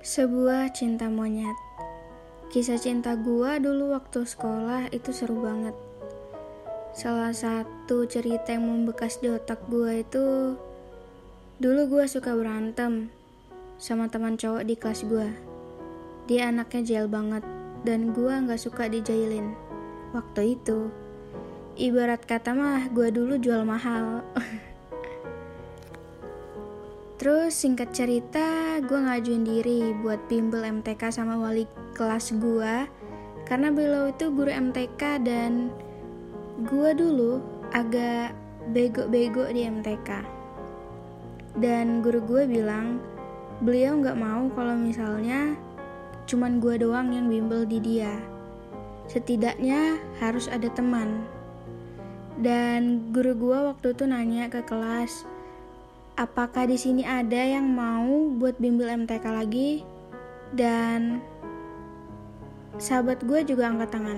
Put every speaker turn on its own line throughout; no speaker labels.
Sebuah cinta monyet. Kisah cinta gua dulu waktu sekolah itu seru banget. Salah satu cerita yang membekas di otak gua itu, dulu gua suka berantem sama teman cowok di kelas gua. Dia anaknya jail banget dan gua gak suka dijailin. Waktu itu, ibarat kata mah gua dulu jual mahal. Terus singkat cerita, gue ngajuin diri buat bimbel MTK sama wali kelas gue. Karena beliau itu guru MTK dan gue dulu agak bego-bego di MTK. Dan guru gue bilang, beliau gak mau kalau misalnya cuman gue doang yang bimbel di dia. Setidaknya harus ada teman. Dan guru gue waktu itu nanya ke kelas, apakah di sini ada yang mau buat bimbel MTK lagi? Dan sahabat gue juga angkat tangan.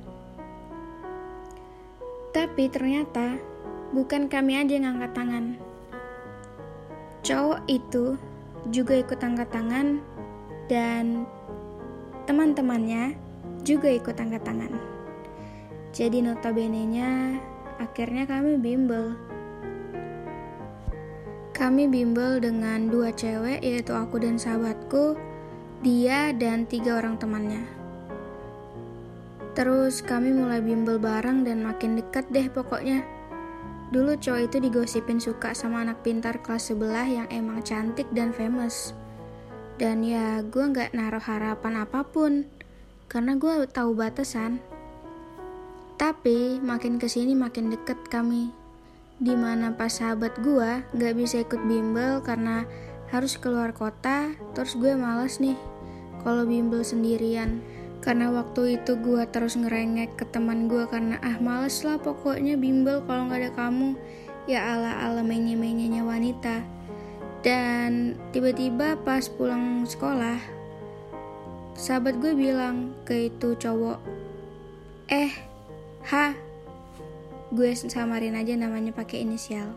Tapi ternyata bukan kami aja yang angkat tangan. Cowok itu juga ikut angkat tangan dan teman-temannya juga ikut angkat tangan. Jadi notabene-nya akhirnya kami bimbel. Kami bimbel dengan 2 cewek, yaitu aku dan sahabatku, dia dan 3 orang temannya. Terus kami mulai bimbel bareng dan makin dekat deh pokoknya. Dulu cowok itu digosipin suka sama anak pintar kelas sebelah yang emang cantik dan famous. Dan ya gue gak naruh harapan apapun, karena gue tahu batasan. Tapi makin kesini makin deket kami. Dimana pas sahabat gue gak bisa ikut bimbel karena harus keluar kota. Terus gue males nih kalau bimbel sendirian, karena waktu itu gue terus ngerengek ke teman gue karena males lah pokoknya bimbel kalau gak ada kamu. Ya ala-ala menye-menyenya wanita. Dan tiba-tiba pas pulang sekolah, sahabat gue bilang ke itu cowok, gue samarin aja namanya pakai inisial.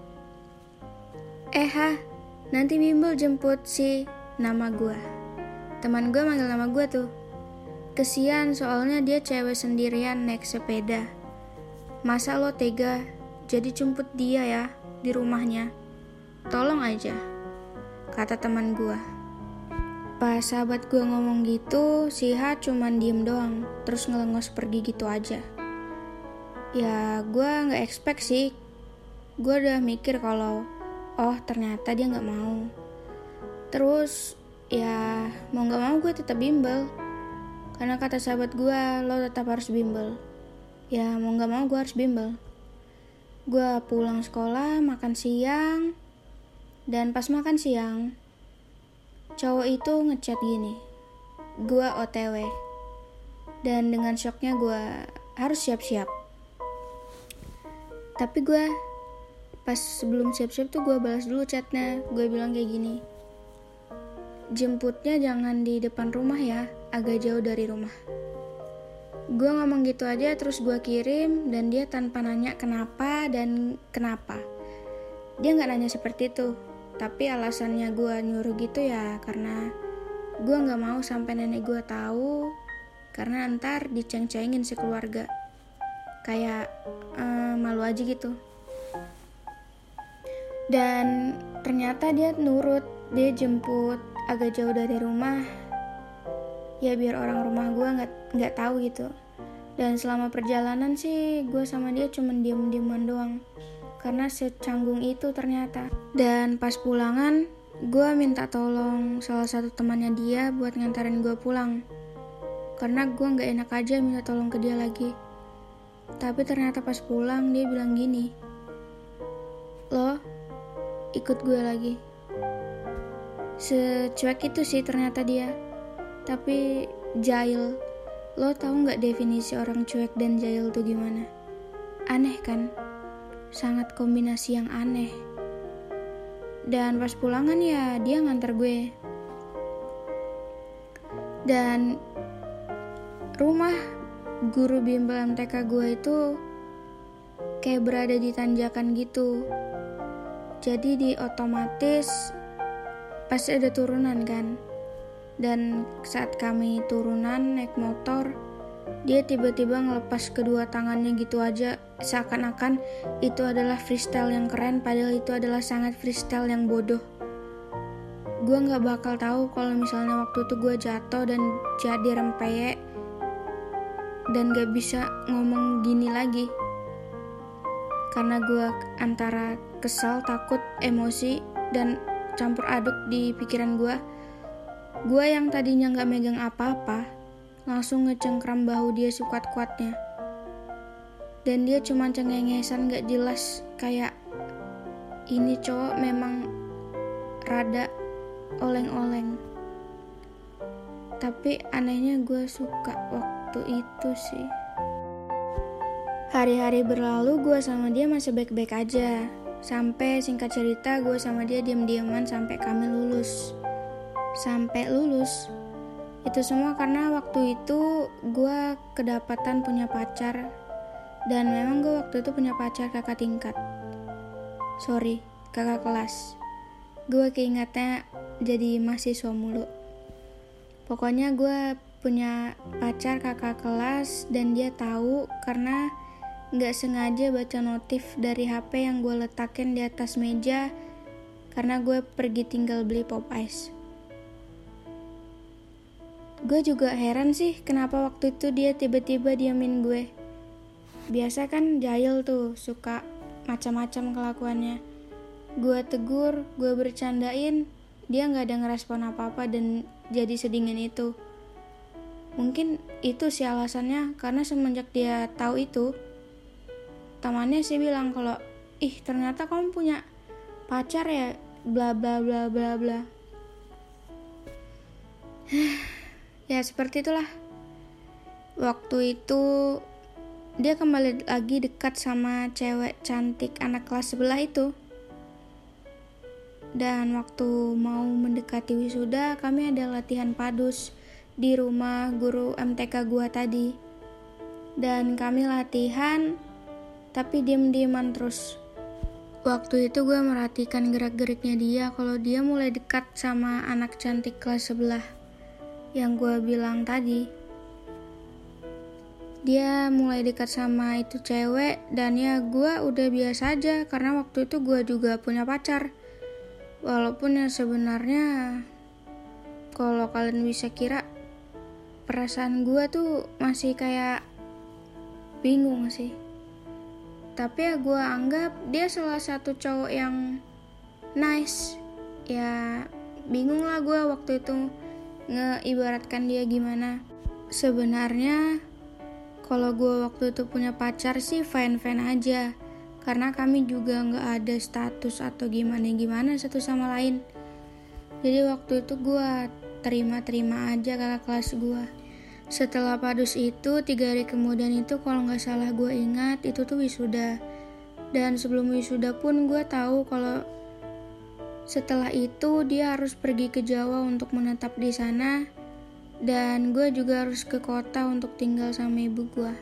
Nanti bimbel jemput si nama gue. Teman gue manggil nama gue tuh. Kesian soalnya dia cewek sendirian naik sepeda. Masa lo tega jadi jemput dia ya di rumahnya? Tolong aja, kata teman gue. Pas sahabat gue ngomong gitu, si H cuman diem doang, terus ngelengos pergi gitu aja. Ya gue gak expect sih. Gue udah mikir kalau ternyata dia gak mau. Terus ya mau gak mau gue tetap bimbel, karena kata sahabat gue, lo tetap harus bimbel. Ya mau gak mau gue harus bimbel. Gue pulang sekolah, makan siang. Dan pas makan siang, cowok itu ngechat gini, gue OTW. Dan dengan syoknya gue harus siap-siap. Tapi gue pas sebelum siap-siap tuh gue balas dulu chatnya. Gue bilang kayak gini, jemputnya jangan di depan rumah ya, agak jauh dari rumah. Gue ngomong gitu aja terus gue kirim, dan dia tanpa nanya kenapa dan kenapa. Dia gak nanya seperti itu, tapi alasannya gue nyuruh gitu ya karena gue gak mau sampai nenek gue tahu, karena ntar diceng-cengin si keluarga. Kayak malu aja gitu. Dan ternyata dia nurut, dia jemput agak jauh dari rumah. Ya biar orang rumah gue nggak tahu gitu. Dan selama perjalanan sih gue sama dia cuman diem-dieman doang, karena secanggung itu ternyata. Dan pas pulangan gue minta tolong salah satu temannya dia buat ngantarin gue pulang, karena gue nggak enak aja minta tolong ke dia lagi. Tapi ternyata pas pulang dia bilang gini, lo ikut gue lagi. Secuek itu sih ternyata dia. Tapi jail, lo tahu gak definisi orang cuek dan jail tuh gimana? Aneh kan? Sangat kombinasi yang aneh. Dan pas pulangan ya dia nganter gue. Dan rumah guru bimbel MTK gue itu kayak berada di tanjakan gitu. Jadi di otomatis pasti ada turunan kan. Dan saat kami turunan naik motor, dia tiba-tiba ngelepas kedua tangannya gitu aja, seakan-akan itu adalah freestyle yang keren, padahal itu adalah sangat freestyle yang bodoh. Gue gak bakal tahu kalau misalnya waktu itu gue jatuh dan jadi rempeyek dan gak bisa ngomong gini lagi. Karena gue antara kesal, takut, emosi, dan campur aduk di pikiran gue yang tadinya gak megang apa-apa, langsung ngecengkram bahu dia sekuat-kuatnya. Dan dia cuma cengengesan gak jelas, kayak ini cowok memang rada oleng-oleng. Tapi anehnya gue suka waktu itu sih. Hari-hari berlalu, gue sama dia masih baik-baik aja. Sampai singkat cerita, gue sama dia diam-diaman sampai kami lulus. Sampai lulus. Itu semua karena waktu itu gue kedapatan punya pacar. Dan memang gue waktu itu punya pacar kakak tingkat. Kakak kelas. Gue keingatnya jadi mahasiswa mulu. Pokoknya gue punya pacar kakak kelas dan dia tahu karena gak sengaja baca notif dari HP yang gue letakin di atas meja karena gue pergi tinggal beli pop ice. Gue juga heran sih kenapa waktu itu dia tiba-tiba diamin gue. Biasa kan jahil tuh, suka macam-macam kelakuannya. Gue tegur, gue bercandain, dia gak ada ngerespon apa-apa dan jadi sedingin itu. Mungkin itu sih alasannya, karena semenjak dia tahu itu, temannya sih bilang kalau, ih ternyata kamu punya pacar ya, bla bla bla bla bla. Ya seperti itulah. Waktu itu dia kembali lagi dekat sama cewek cantik anak kelas sebelah itu. Dan waktu mau mendekati wisuda, kami ada latihan padus di rumah guru MTK gua tadi. Dan kami latihan, tapi diem-dieman terus. Waktu itu gue merhatikan gerak-geriknya dia kalau dia mulai dekat sama anak cantik kelas sebelah yang gue bilang tadi. Dia mulai dekat sama itu cewek dan ya gue udah biasa aja karena waktu itu gue juga punya pacar. Walaupun ya sebenarnya kalau kalian bisa kira perasaan gue tuh masih kayak bingung sih. Tapi ya gue anggap dia salah satu cowok yang nice. Ya bingung lah gue waktu itu ngeibaratkan dia gimana. Sebenarnya kalau gue waktu itu punya pacar sih fine-fine aja. Karena kami juga gak ada status atau gimana-gimana satu sama lain. Jadi waktu itu gue terima-terima aja kakak kelas gue. Setelah padus itu 3 hari kemudian itu kalau gak salah gue ingat itu tuh wisuda. Dan sebelum wisuda pun gue tahu kalau setelah itu dia harus pergi ke Jawa untuk menetap di sana. Dan gue juga harus ke kota untuk tinggal sama ibu gue.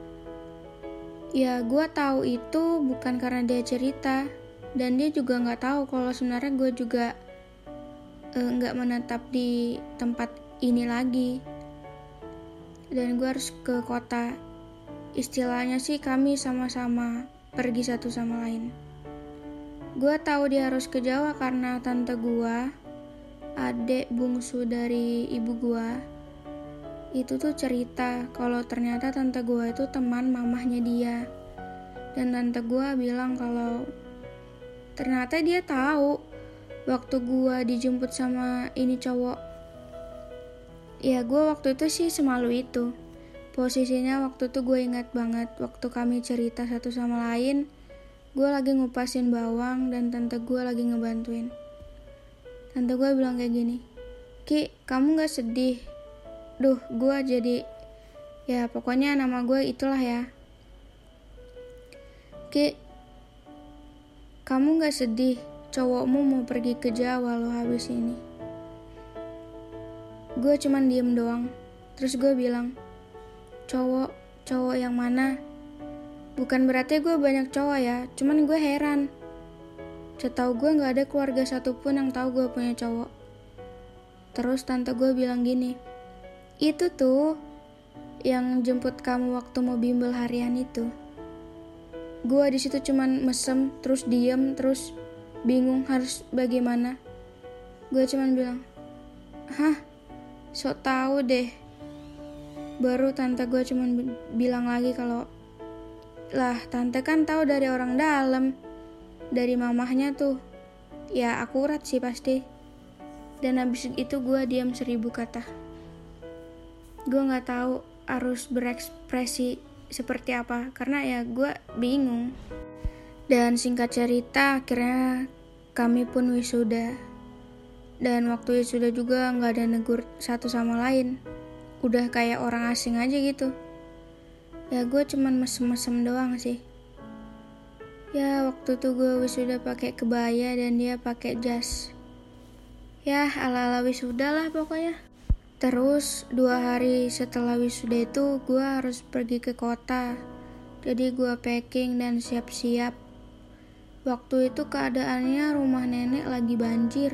Ya gue tahu itu bukan karena dia cerita. Dan dia juga gak tahu kalau sebenarnya gue juga gak menetap di tempat ini lagi. Dan gue harus ke kota. Istilahnya sih kami sama-sama pergi satu sama lain. Gue tahu dia harus ke Jawa karena tante gue, adik bungsu dari ibu gue, itu tuh cerita kalau ternyata tante gue itu teman mamahnya dia. Dan tante gue bilang kalau ternyata dia tahu waktu gue dijemput sama ini cowok. Ya gue waktu itu sih semalu itu. Posisinya waktu itu gue ingat banget waktu kami cerita satu sama lain. Gue lagi ngupasin bawang dan tante gue lagi ngebantuin. Tante gue bilang kayak gini, Ki, kamu gak sedih? Duh, gue jadi, ya pokoknya nama gue itulah ya. Ki, kamu gak sedih? Cowokmu mau pergi ke Jawa loh habis ini. Gue cuman diem doang. Terus gue bilang, cowok yang mana? Bukan berarti gue banyak cowok ya, cuman gue heran. Setahu gue gak ada keluarga satupun yang tahu gue punya cowok. Terus tante gue bilang gini, itu tuh yang jemput kamu waktu mau bimbel harian itu. Gue di situ cuman mesem, terus diem, terus bingung harus bagaimana. Gue cuman bilang, hah, sok tahu deh. Baru tante gue cuman bilang lagi kalau, lah tante kan tahu dari orang dalam, dari mamahnya tuh. Ya akurat sih pasti. Dan habis itu gue diam 1000 kata. Gue nggak tahu harus berekspresi seperti apa karena ya gue bingung. Dan singkat cerita akhirnya kami pun wisuda. Dan waktu wisuda juga nggak ada negur satu sama lain. Udah kayak orang asing aja gitu. Ya gue cuman mesem-mesem doang sih. Ya waktu itu gue wisuda pakai kebaya dan dia pakai jas. Ya ala-ala wisuda lah pokoknya. Terus 2 hari setelah wisuda itu gue harus pergi ke kota. Jadi gue packing dan siap-siap. Waktu itu keadaannya rumah nenek lagi banjir.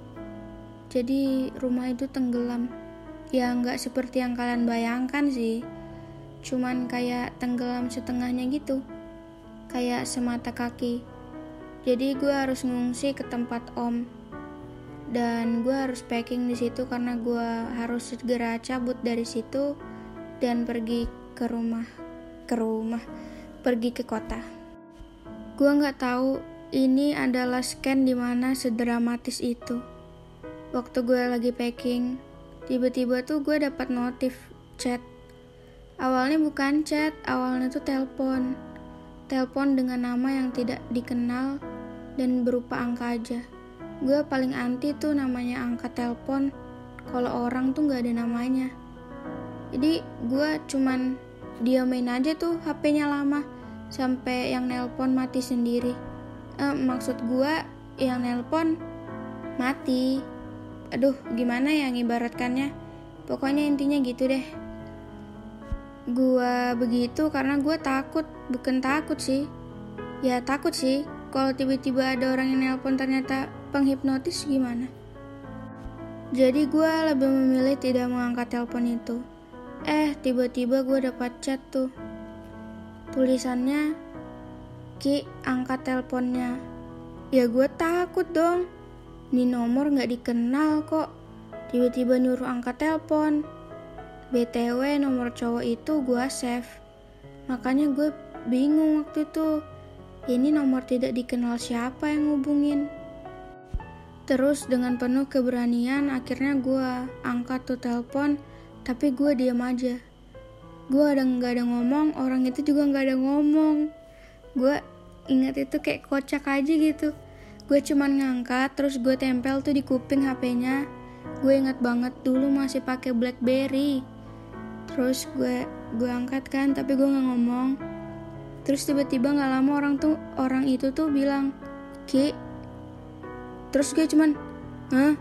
Jadi rumah itu tenggelam. Ya nggak seperti yang kalian bayangkan sih. Cuman kayak tenggelam setengahnya gitu. Kayak semata kaki. Jadi gue harus ngungsi ke tempat om. Dan gue harus packing di situ karena gue harus segera cabut dari situ dan pergi ke rumah, pergi ke kota. Gue nggak tahu ini adalah scan di mana sedramatis itu. Waktu gue lagi packing, tiba-tiba tuh gue dapat notif chat. Awalnya bukan chat, awalnya tuh telepon dengan nama yang tidak dikenal dan berupa angka aja. Gue paling anti tuh namanya angkat telepon kalau orang tuh gak ada namanya. Jadi gue cuman diamin aja tuh HP-nya lama sampai yang nelpon mati sendiri. Maksud gue yang nelpon mati. Aduh gimana ya ngibaratkannya. Pokoknya intinya gitu deh. Gue begitu karena gue takut. Bukan takut sih. Ya takut sih. Kalau tiba-tiba ada orang yang nelpon ternyata penghipnotis gimana? Jadi gue lebih memilih tidak mengangkat telepon itu. Tiba-tiba gue dapat chat tuh. Tulisannya, Ki, angkat teleponnya. Ya gue takut dong. Ini nomor gak dikenal kok. Tiba-tiba nyuruh angkat telepon. BTW nomor cowok itu gue save. Makanya gue bingung waktu itu. Ini nomor tidak dikenal siapa yang ngubungin. Terus dengan penuh keberanian akhirnya gue angkat tuh telepon, tapi gue diam aja. Gue gak ada ngomong, orang itu juga gak ada ngomong. Gue ingat itu kayak kocak aja gitu. Gue cuman ngangkat, terus gue tempel tuh di kuping HP-nya. Gue ingat banget dulu masih pakai BlackBerry. Terus gue angkat kan, tapi gue gak ngomong. Terus tiba-tiba gak lama orang itu tuh bilang, Ki. Terus gue cuman, hah?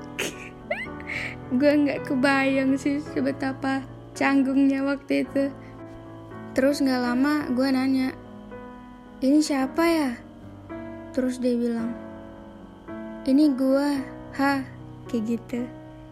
Gue gak kebayang sih sebetapa canggungnya waktu itu. Terus gak lama gue nanya, ini siapa ya? Terus dia bilang, ini gue, kayak gitu.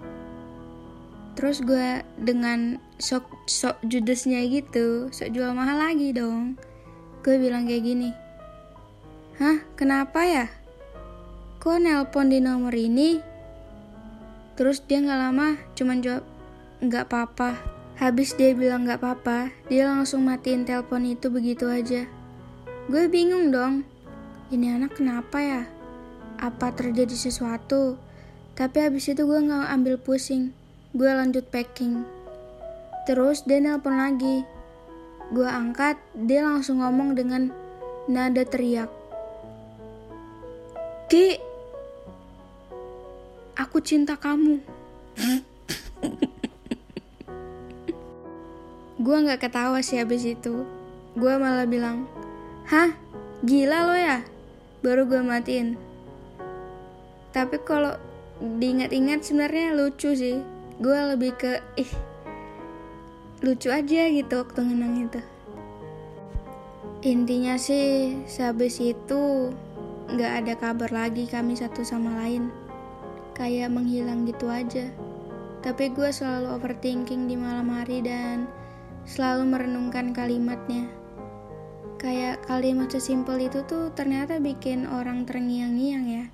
Terus gue dengan sok judesnya gitu, sok jual mahal lagi dong. Gue bilang kayak gini, kenapa ya? Kok nelpon di nomor ini? Terus dia gak lama cuman jawab, gak apa-apa. Habis dia bilang gak apa-apa, dia langsung matiin telepon itu begitu aja. Gue bingung dong, ini anak kenapa ya? Apa terjadi sesuatu? Tapi habis itu gue gak ambil pusing. Gue lanjut packing. Terus dia nelpon lagi. Gue angkat, dia langsung ngomong dengan nada teriak. Ki, aku cinta kamu. Gue gak ketawa sih habis itu. Gue malah bilang, gila lo ya? Baru gue matiin. Tapi kalau diingat-ingat sebenarnya lucu sih. Gue lebih ke lucu aja gitu waktu ngenang itu. Intinya sih sehabis itu gak ada kabar lagi kami satu sama lain. kayak menghilang gitu aja. Tapi gue selalu overthinking di malam hari dan selalu merenungkan kalimatnya. Kayak kalimat sesimpel itu tuh ternyata bikin orang terngiang-ngiang ya.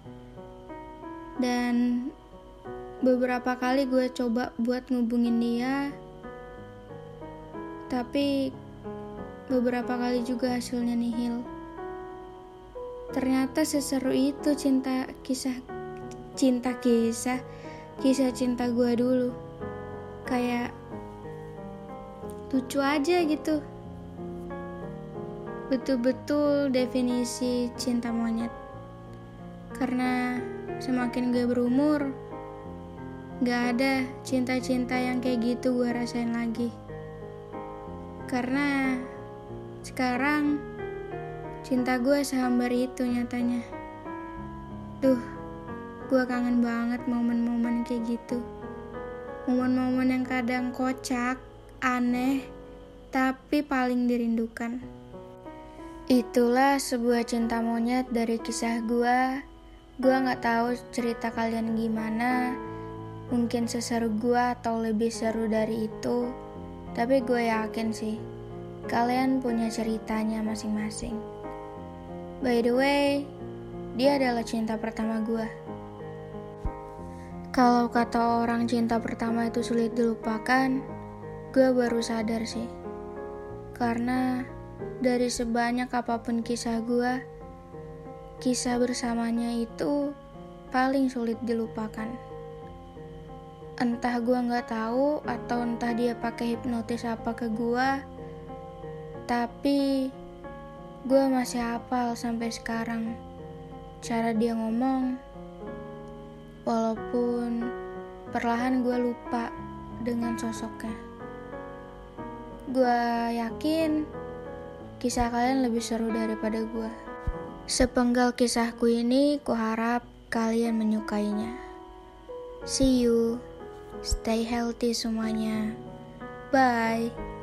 Dan beberapa kali gue coba buat ngubungin dia, tapi beberapa kali juga hasilnya nihil. Ternyata seseru itu kisah cinta gue dulu. Kayak lucu aja gitu. Betul-betul definisi cinta monyet. Karena semakin gue berumur, gak ada cinta-cinta yang kayak gitu gue rasain lagi. Karena sekarang cinta gue sehambar itu nyatanya. Gue kangen banget momen-momen kayak gitu. Momen-momen yang kadang kocak, aneh, tapi paling dirindukan. Itulah sebuah cinta monyet dari kisah gue. Gue gak tahu cerita kalian gimana. Mungkin seseru gue atau lebih seru dari itu. Tapi gue yakin sih, kalian punya ceritanya masing-masing. By the way, dia adalah cinta pertama gue. Kalau kata orang cinta pertama itu sulit dilupakan, gue baru sadar sih. Karena dari sebanyak apapun kisah gue, kisah bersamanya itu paling sulit dilupakan. Entah gue gak tahu atau entah dia pakai hipnotis apa ke gue, tapi gue masih hafal sampai sekarang cara dia ngomong, walaupun perlahan gue lupa dengan sosoknya. Gue yakin kisah kalian lebih seru daripada gue. Sepenggal kisahku ini, kuharap kalian menyukainya. See you. Stay healthy semuanya. Bye.